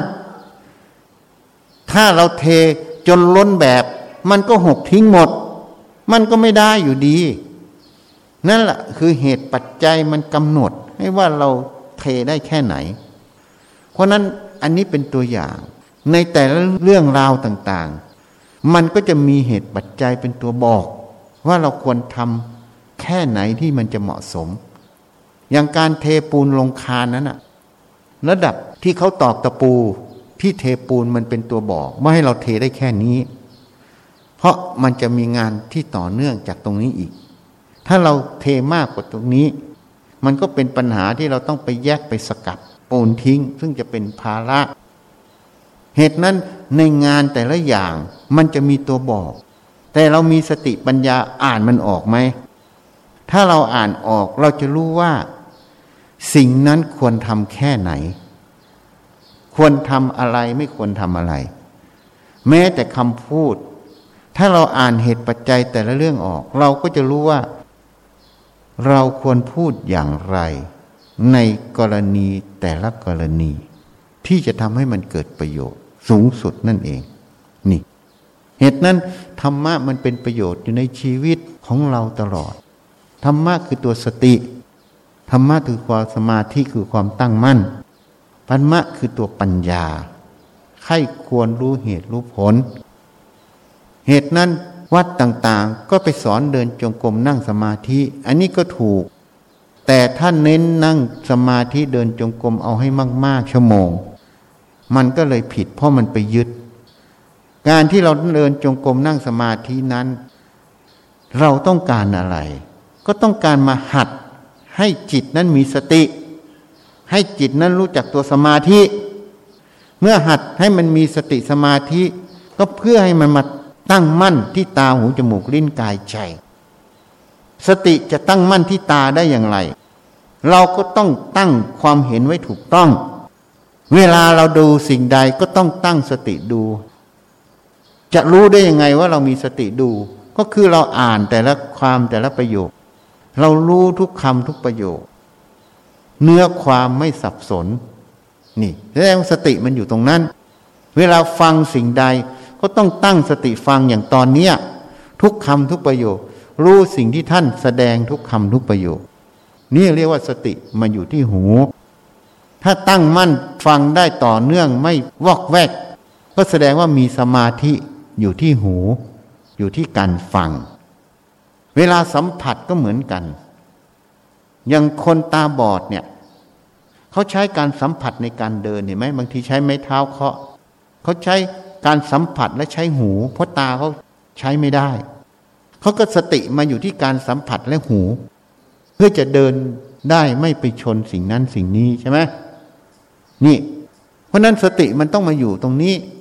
ถ้าเราเทจนล้นแบบมันก็หกทิ้งหมดมันก็ไม่ได้อยู่ดีนั่นแหละคือเหตุปัจจัยมันกำหนดให้ว่าเราเทได้แค่ไหนเพราะนั้นอันนี้เป็นตัวอย่างในแต่ละเรื่องราวต่างๆมันก็จะมีเหตุปัจจัยเป็นตัวบอกว่าเราควรทำแค่ไหนที่มันจะเหมาะสมอย่างการเทปูนลงคานนั้นน่ะระดับที่เขาตอกตะปูที่เทปูนมันเป็นตัวบอกไม่ให้เราเทได้แค่นี้เพราะมันจะมีงานที่ต่อเนื่องจากตรงนี้อีกถ้าเราเทมากกว่าตรงนี้มันก็เป็นปัญหาที่เราต้องไปแยกไปสกัดปูนทิ้งซึ่งจะเป็นภาระเหตุนั้นในงานแต่ละอย่างมันจะมีตัวบอกแต่เรามีสติปัญญาอ่านมันออกไหมถ้าเราอ่านออกเราจะรู้ว่าสิ่งนั้นควรทำแค่ไหนควรทำอะไรไม่ควรทำอะไรแม้แต่คำพูดถ้าเราอ่านเหตุปัจจัยแต่ละเรื่องออกเราก็จะรู้ว่าเราควรพูดอย่างไรในกรณีแต่ละกรณีที่จะทำให้มันเกิดประโยชน์สูงสุดนั่นเองนี่เหตุนั้นธรรมะมันเป็นประโยชน์อยู่ในชีวิตของเราตลอดธรรมะคือตัวสติธรรมะคือความสมาธิคือความตั้งมั่นธรรมะคือตัวปัญญาใครควรรู้เหตุรู้ผลเหตุนั้นวัดต่างๆก็ไปสอนเดินจงกรมนั่งสมาธิอันนี้ก็ถูกแต่ถ้าเน้นนั่งสมาธิเดินจงกรมเอาให้มากๆชั่วโมงมันก็เลยผิดเพราะมันไปยึดการที่เราเดินจงกรมนั่งสมาธินั้นเราต้องการอะไรก็ต้องการมาหัดให้จิตนั้นมีสติให้จิตนั้นรู้จักตัวสมาธิเมื่อหัดให้มันมีสติสมาธิก็เพื่อให้มันมาตั้งมั่นที่ตาหูจมูกลิ้นกายใจสติจะตั้งมั่นที่ตาได้อย่างไรเราก็ต้องตั้งความเห็นไว้ถูกต้องเวลาเราดูสิ่งใดก็ต้องตั้งสติดูจะรู้ได้ยังไงว่าเรามีสติดูก็คือเราอ่านแต่ละความแต่ละประโยคเรารู้ทุกคำทุกประโยคเนื้อความไม่สับสนนี่แสดงว่าสติมันอยู่ตรงนั้นเวลาฟังสิ่งใดก็ต้องตั้งสติฟังอย่างตอนเนี้ยทุกคำทุกประโยครู้สิ่งที่ท่านแสดงทุกคำทุกประโยคนี่เรียกว่าสติมาอยู่ที่หูถ้าตั้งมั่นฟังได้ต่อเนื่องไม่วอกแวกก็แสดงว่ามีสมาธิอยู่ที่หูอยู่ที่การฟังเวลาสัมผัสก็เหมือนกันอย่างคนตาบอดเนี่ยเขาใช้การสัมผัสในการเดินเห็นไหมบางทีใช้ไม้เท้าเคาะเขาใช้การสัมผัสและใช้หูเพราะตาเขาใช้ไม่ได้เขาก็สติมาอยู่ที่การสัมผัสและหูเพื่อจะเดินได้ไม่ไปชนสิ่งนั้นสิ่งนี้ใช่ไหมนี่เพราะนั้นสติมันต้องมาอยู่ตรงนี้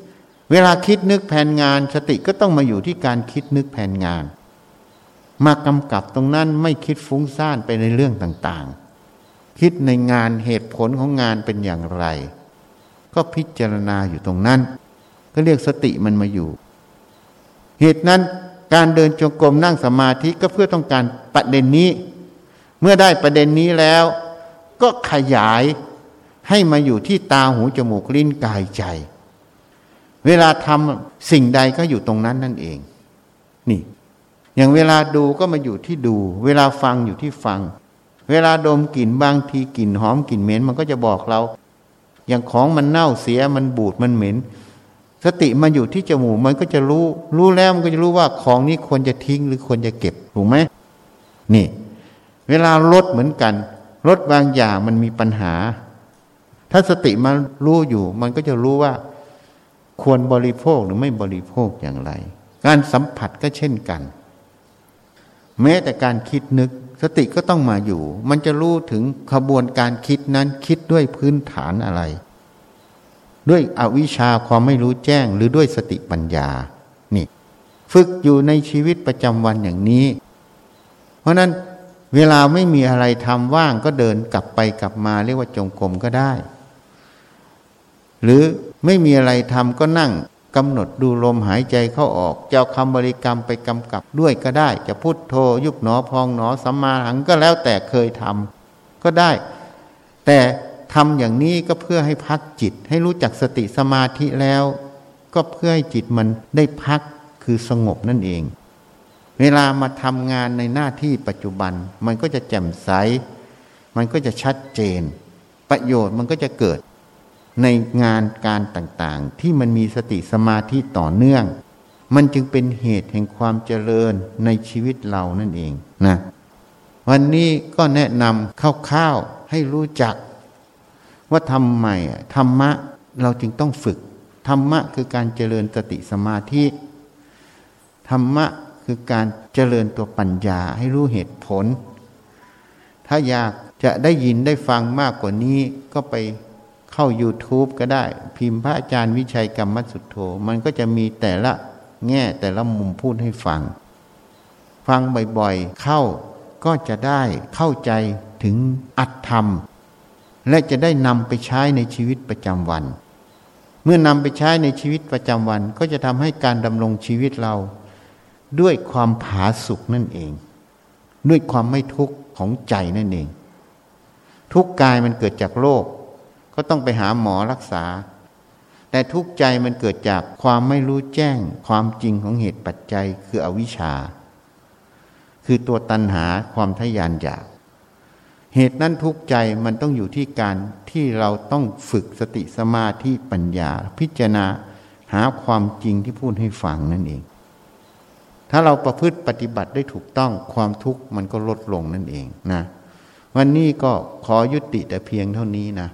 เวลาคิดนึกแผนงานสติก็ต้องมาอยู่ที่การคิดนึกแผนงานมากำกับตรงนั้นไม่คิดฟุ้งซ่านไปในเรื่องต่างๆคิดในงานเหตุผลของงานเป็นอย่างไรก็พิจารณาอยู่ตรงนั้นก็เรียกสติมันมาอยู่เหตุนั้นการเดินจงกรมนั่งสมาธิก็เพื่อต้องการประเด็นนี้เมื่อได้ประเด็นนี้แล้วก็ขยายให้มาอยู่ที่ตาหูจมูกลิ้นกายใจเวลาทำสิ่งใดก็อยู่ตรงนั้นนั่นเองนี่อย่างเวลาดูก็มาอยู่ที่ดูเวลาฟังอยู่ที่ฟังเวลาดมกลิ่นบางทีกลิ่นหอมกลิ่นเหม็นมันก็จะบอกเราอย่างของมันเน่าเสียมันบูดมันเหม็นสติมาอยู่ที่จมูกมันก็จะรู้แล้วมันก็จะรู้ว่าของนี้ควรจะทิ้งหรือควรจะเก็บถูกไหมนี่เวลารถเหมือนกันรถบางอย่างมันมีปัญหาถ้าสติมารู้อยู่มันก็จะรู้ว่าควรบริโภคหรือไม่บริโภคอย่างไรการสัมผัสก็เช่นกันแม้แต่การคิดนึกสติก็ต้องมาอยู่มันจะรู้ถึงขบวนการคิดนั้นคิดด้วยพื้นฐานอะไรด้วยอวิชชาความไม่รู้แจ้งหรือด้วยสติปัญญานี่ฝึกอยู่ในชีวิตประจำวันอย่างนี้เพราะนั้นเวลาไม่มีอะไรทำว่างก็เดินกลับไปกลับมาเรียกว่าจงกรมก็ได้หรือไม่มีอะไรทำก็นั่งกำหนดดูลมหายใจเข้าออกจะเอาคำบริกรรมไปกำกับด้วยก็ได้จะพุทโธยุบหนอพองหนอสัมมาหังก็แล้วแต่เคยทำก็ได้แต่ทำอย่างนี้ก็เพื่อให้พักจิตให้รู้จักสติสมาธิแล้วก็เพื่อให้จิตมันได้พักคือสงบนั่นเองเวลามาทำงานในหน้าที่ปัจจุบันมันก็จะแจ่มใสมันก็จะชัดเจนประโยชน์มันก็จะเกิดในงานการต่างๆที่มันมีสติสมาธิต่อเนื่องมันจึงเป็นเหตุแห่งความเจริญในชีวิตเรานั่นเองนะวันนี้ก็แนะนำคร่าวๆให้รู้จักว่าทำไมธรรมะเราจึงต้องฝึกธรรมะคือการเจริญสติสมาธิธรรมะคือการเจริญตัวปัญญาให้รู้เหตุผลถ้าอยากจะได้ยินได้ฟังมากกว่านี้ก็ไปเข้า YouTube ก็ได้พิมพ์พระอาจารย์วิชัยกรรมสุทโธมันก็จะมีแต่ละแง่แต่ละมุมพูดให้ฟังบ่อยๆเข้าก็จะได้เข้าใจถึงอัตธรรมและจะได้นำไปใช้ในชีวิตประจำวันเมื่อนำไปใช้ในชีวิตประจำวันก็จะทำให้การดำรงชีวิตเราด้วยความผาสุกนั่นเองด้วยความไม่ทุกข์ของใจนั่นเองทุกข์กายมันเกิดจากโรคก็ต้องไปหาหมอรักษาแต่ทุกข์ใจมันเกิดจากความไม่รู้แจ้งความจริงของเหตุปัจจัยคืออวิชชาคือตัวตัณหาความทะยานอยากเหตุนั้นทุกข์ใจมันต้องอยู่ที่การที่เราต้องฝึกสติสมาธิปัญญาพิจารณาหาความจริงที่พูดให้ฟังนั่นเองถ้าเราประพฤติปฏิบัติได้ถูกต้องความทุกข์มันก็ลดลงนั่นเองนะวันนี้ก็ขอยุติแต่เพียงเท่านี้นะ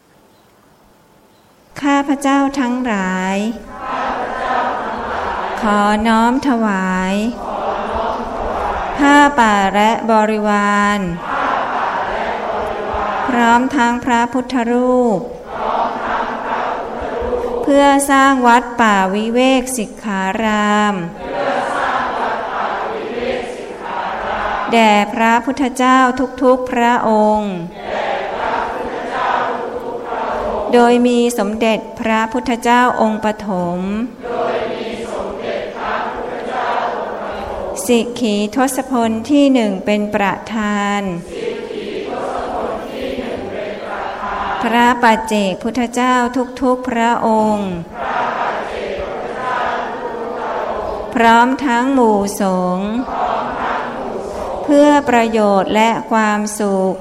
ข้าพเจ้าทั้งหลายขอน้อมถวายผ้าป่าและบริวารพร้อมทั้งพระพุทธรูปเพื่อสร้างวัดป่าวิเวกสิกขารามแด่พระพุทธเจ้าทุกๆพระองค์โดยมีสมเด็จพระพุทธเจ้าองค์ปฐมสิกขีทศพลที่หนึ่งเป็นประธานพระปัจเจกพุทธเจ้าทุกๆพระองค์พร้อมทั้งหมู่สงฆ์เพื่อประโยชน์และความสุข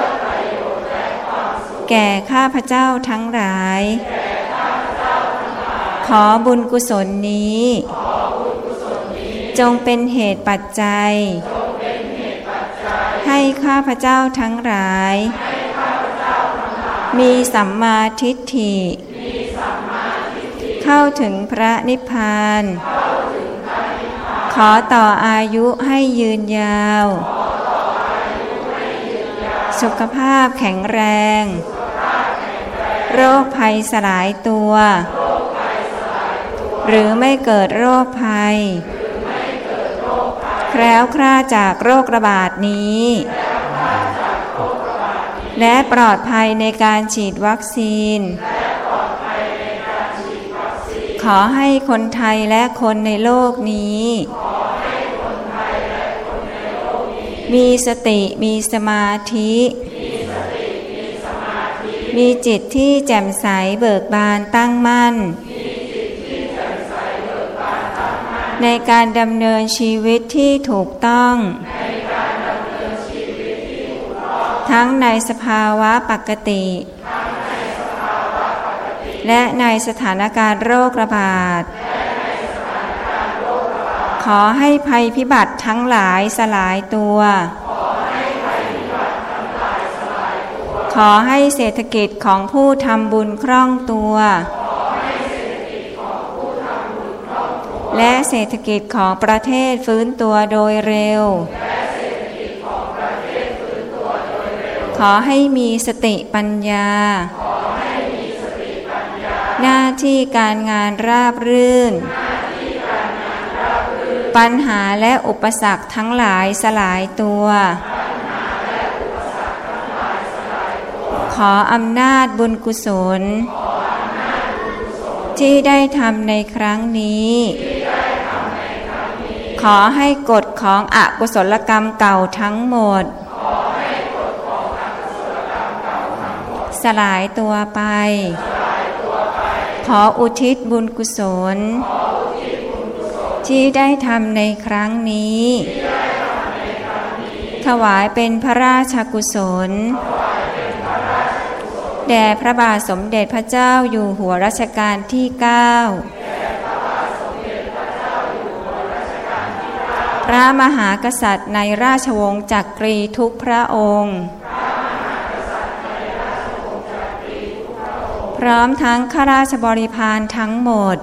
แก่ข้าพเจ้าทั้งหลายขอบุญกุศลนี้จงเป็นเหตุปัจจัยให้ข้าพเจ้าทั้งหลายมีสัมมาทิฏฐิเข้าถึงพระนิพพานขอต่ออายุให้ยืนยาวสุขภาพแข็งแรงโรคภัยสลายตัวหรือไม่เกิดโรคภัยแคล้วคลาดจากโรคระบาดนี้และปลอดภัยในการฉีดวัคซีนขอให้คนไทยและคนในโลกนี้มีสติมีสมาธิมีจิตที่แจ่มใสเบิกบานตั้งมั่นในการดำเนินชีวิตที่ถูกต้องทั้งในสภาวะปกติและในสถานการณ์โรคระบาดขอให้ภัยพิบัติทั้งหลายสลายตัวขอให้เศรษฐกิจของผู้ทำบุญคล่องตัวและเศรษฐกิจของประเทศฟื้นตัวโดยเร็วขอให้มีสติปัญญาหน้าที่การงานราบรื่นปัญหาและอุปสรรคทั้งหลายสลายตัวขออำนาจบุญกุศลที่ได้ทำในครั้งนี้ขอให้กฎของอกุศลกรรมเก่าทั้งหมดสลายตัวไปขออุทิศบุญกุศลที่ได้ทำในครั้งนี้ถวายเป็นพระราชกุศลแด่พระบาทสมเด็จพระเจ้าอยู่หัวรัชกาลที่ 9พระมหากษัตริย์ในราชวงศ์จักรีทุกพระองค์พร้อมทั้งข้าราชบริพารทั้งหมด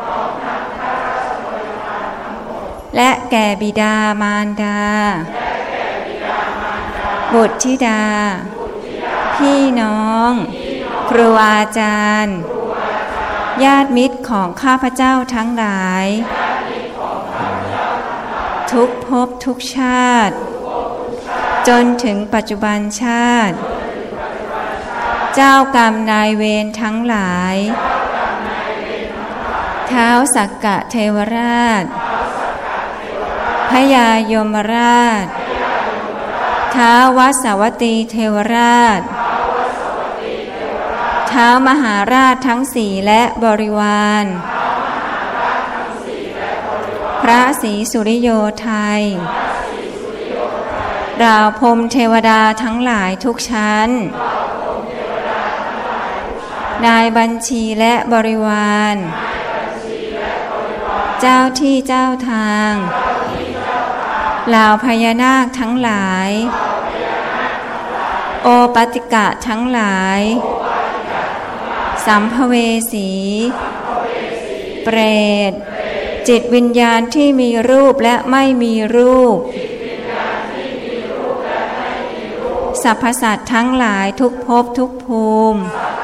และแก่บิดามารดาบุตรธิดาพี่น้องครูอาจารย์ญาติมิตรของข้าพเจ้าทั้งหลายทุกภพทุกชาติจนถึงปัจจุบันชาติเจ้ากรรมนายเวรทั้งหลายท้าวสักกะเทวราชพญายมราชท้าววัสสวตีเทวราชท้าวมหาราชทั้งสี่และบริวารพระศรีสุริโยไทยดาวพรหมเทวดาทั้งหลายทุกชั้นนายบัญชีและบริวารเจ้าที่เจ้าทางเหล่าพญานาคทั้งหลายโอปติกะทั้งหลายสัมภเวสีเปรตจิตวิญญาณที่มีรูปและไม่มีรูปสรรพสัตว์ทั้งหลายทุกภพทุกภูมิ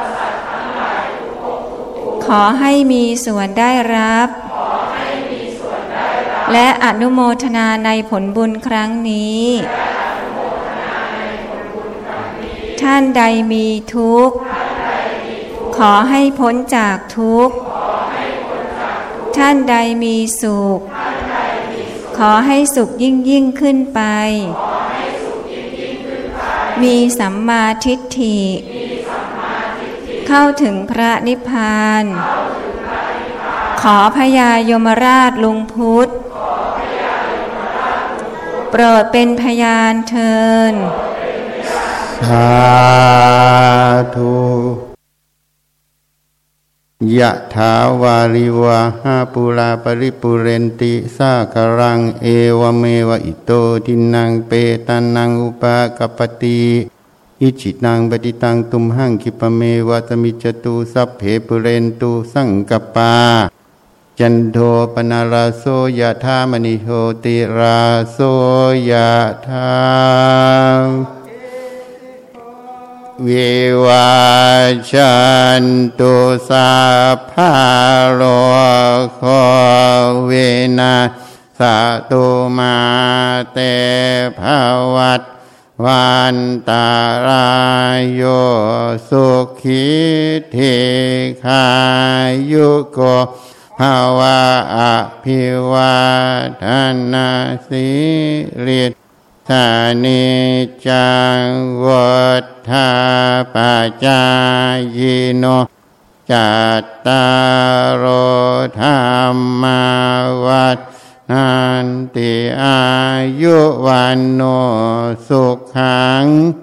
ขอให้มีส่วนได้รับและอนุโมทนาในผลบุญครั้งนี้ท่านใดมีทุกข์ขอให้พ้นจากทุกข์ท่านใดมีสุขขอให้สุขยิ่งขึ้นไปมีสัมมาทิฏฐิเข้าถึงพระนิพพานขอพญายมราชลุงพุทธโปรดเป็นพยานเถิดสาธุยะถาวาริวะหาปุราปริปุเรนติสาคารังเอวเมวะอิโตทินังเปตานังอุปกัปปติอิจิตังปฏิตังตุมหังคิปเมวะสมิจจตุสัพเพปุเรนตุสังกปาจันโทปนาราโสยะธามณิโหติราโสยะธาวิวาชันตุสัพพะโลกโควินาศตุมาเตภวัตวันตารายโยสุขิธิขายุโกภวะอภิวาทนาสิริสานิจังวัฏฐาปัจจายโนจัตตารโอธรรมวัฏนันติอายุวันโนสุขัง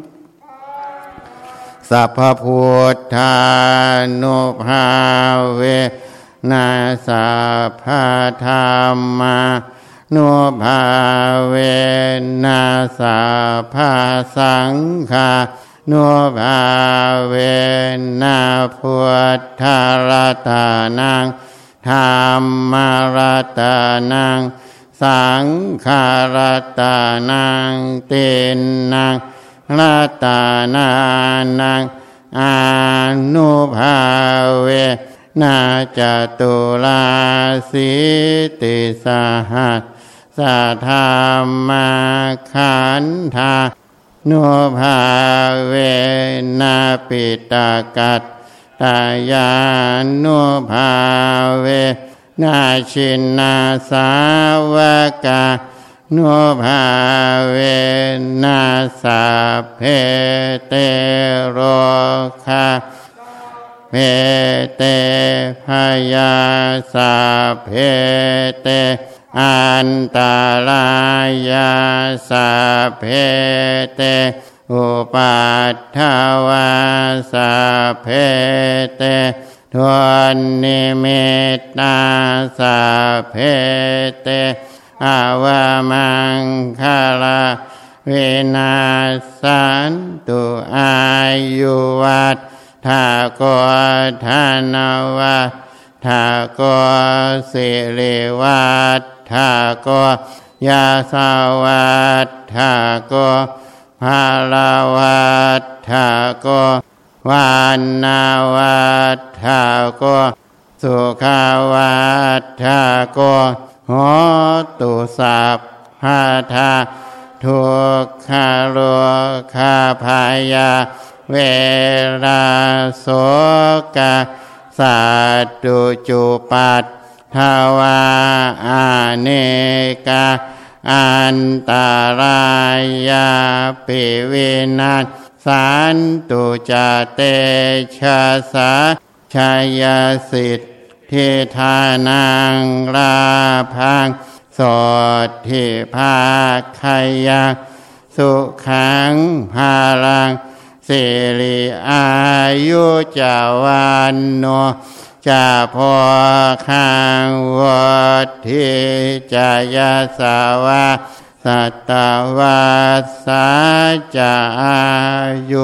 สัพพพุทธานุภาเวนะสัพพธรรมานุภาเวนะสัพพสังฆานุภาเวนะพุทธรัตนังธรรมรัตนังสังฆรัตนังตินนังรัตนานังอนุภาเวนะจตุราสิติสหัสสะธรรมขันธานุภาเวนะปิตกัตตายานุภาเวนะชินนาสาวกานุภาเวนะสัพเพเตโรคาเพเตพยาสัพเพเตอันตรายาสัพเพเตอุปัฏฐวาสัพเพเตทวนนิมิตตาสัพเพเตอวมังคลาวินาสันตุอายุวัฏฐโกธนวัฏฐโกสิริวัฏฐโกยาสวัฏฐโกภาลวัฏฐโกวานนาวัฏฐโกสุขาวัฏฐโกโหตุสัพพะทาทุกขโลกาภายาเวราโสกาสัตตุจุปัฏฐวาอาเนกาอันตรายาปิวินาศสันตุจเตชะสาชายสิทธิทานังราพังโสทิภาคายาสุขังภาลังสิริอายุจาวันโนจาพอขังวัฏทิจายาสาวาสัตตวัสสะจาอายุ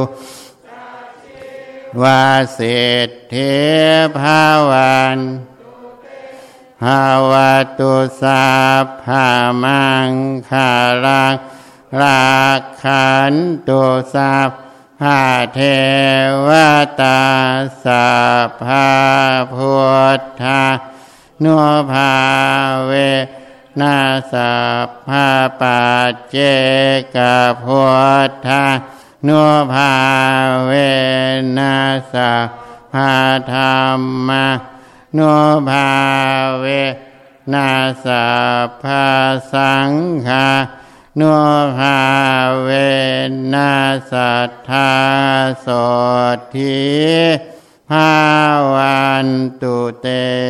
วาสิทธิภาวันภาวตุสัพพะมังคลังราคันตุสัพพะเทวตาสัพพะพุทธานุภาเวนะสัพพะปัจเจกพุทธานุภาเวนะสัพพะธรรมะนุภาเวนะสัพพะสังฆานุภาเวนะสัทธาโสทิภาวันตุเต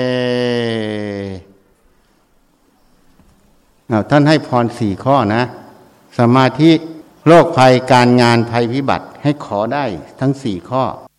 ท่านให้พร4 ข้อนะสมาธิโรคภัยการงานภัยพิบัติให้ขอได้ทั้ง4 ข้อ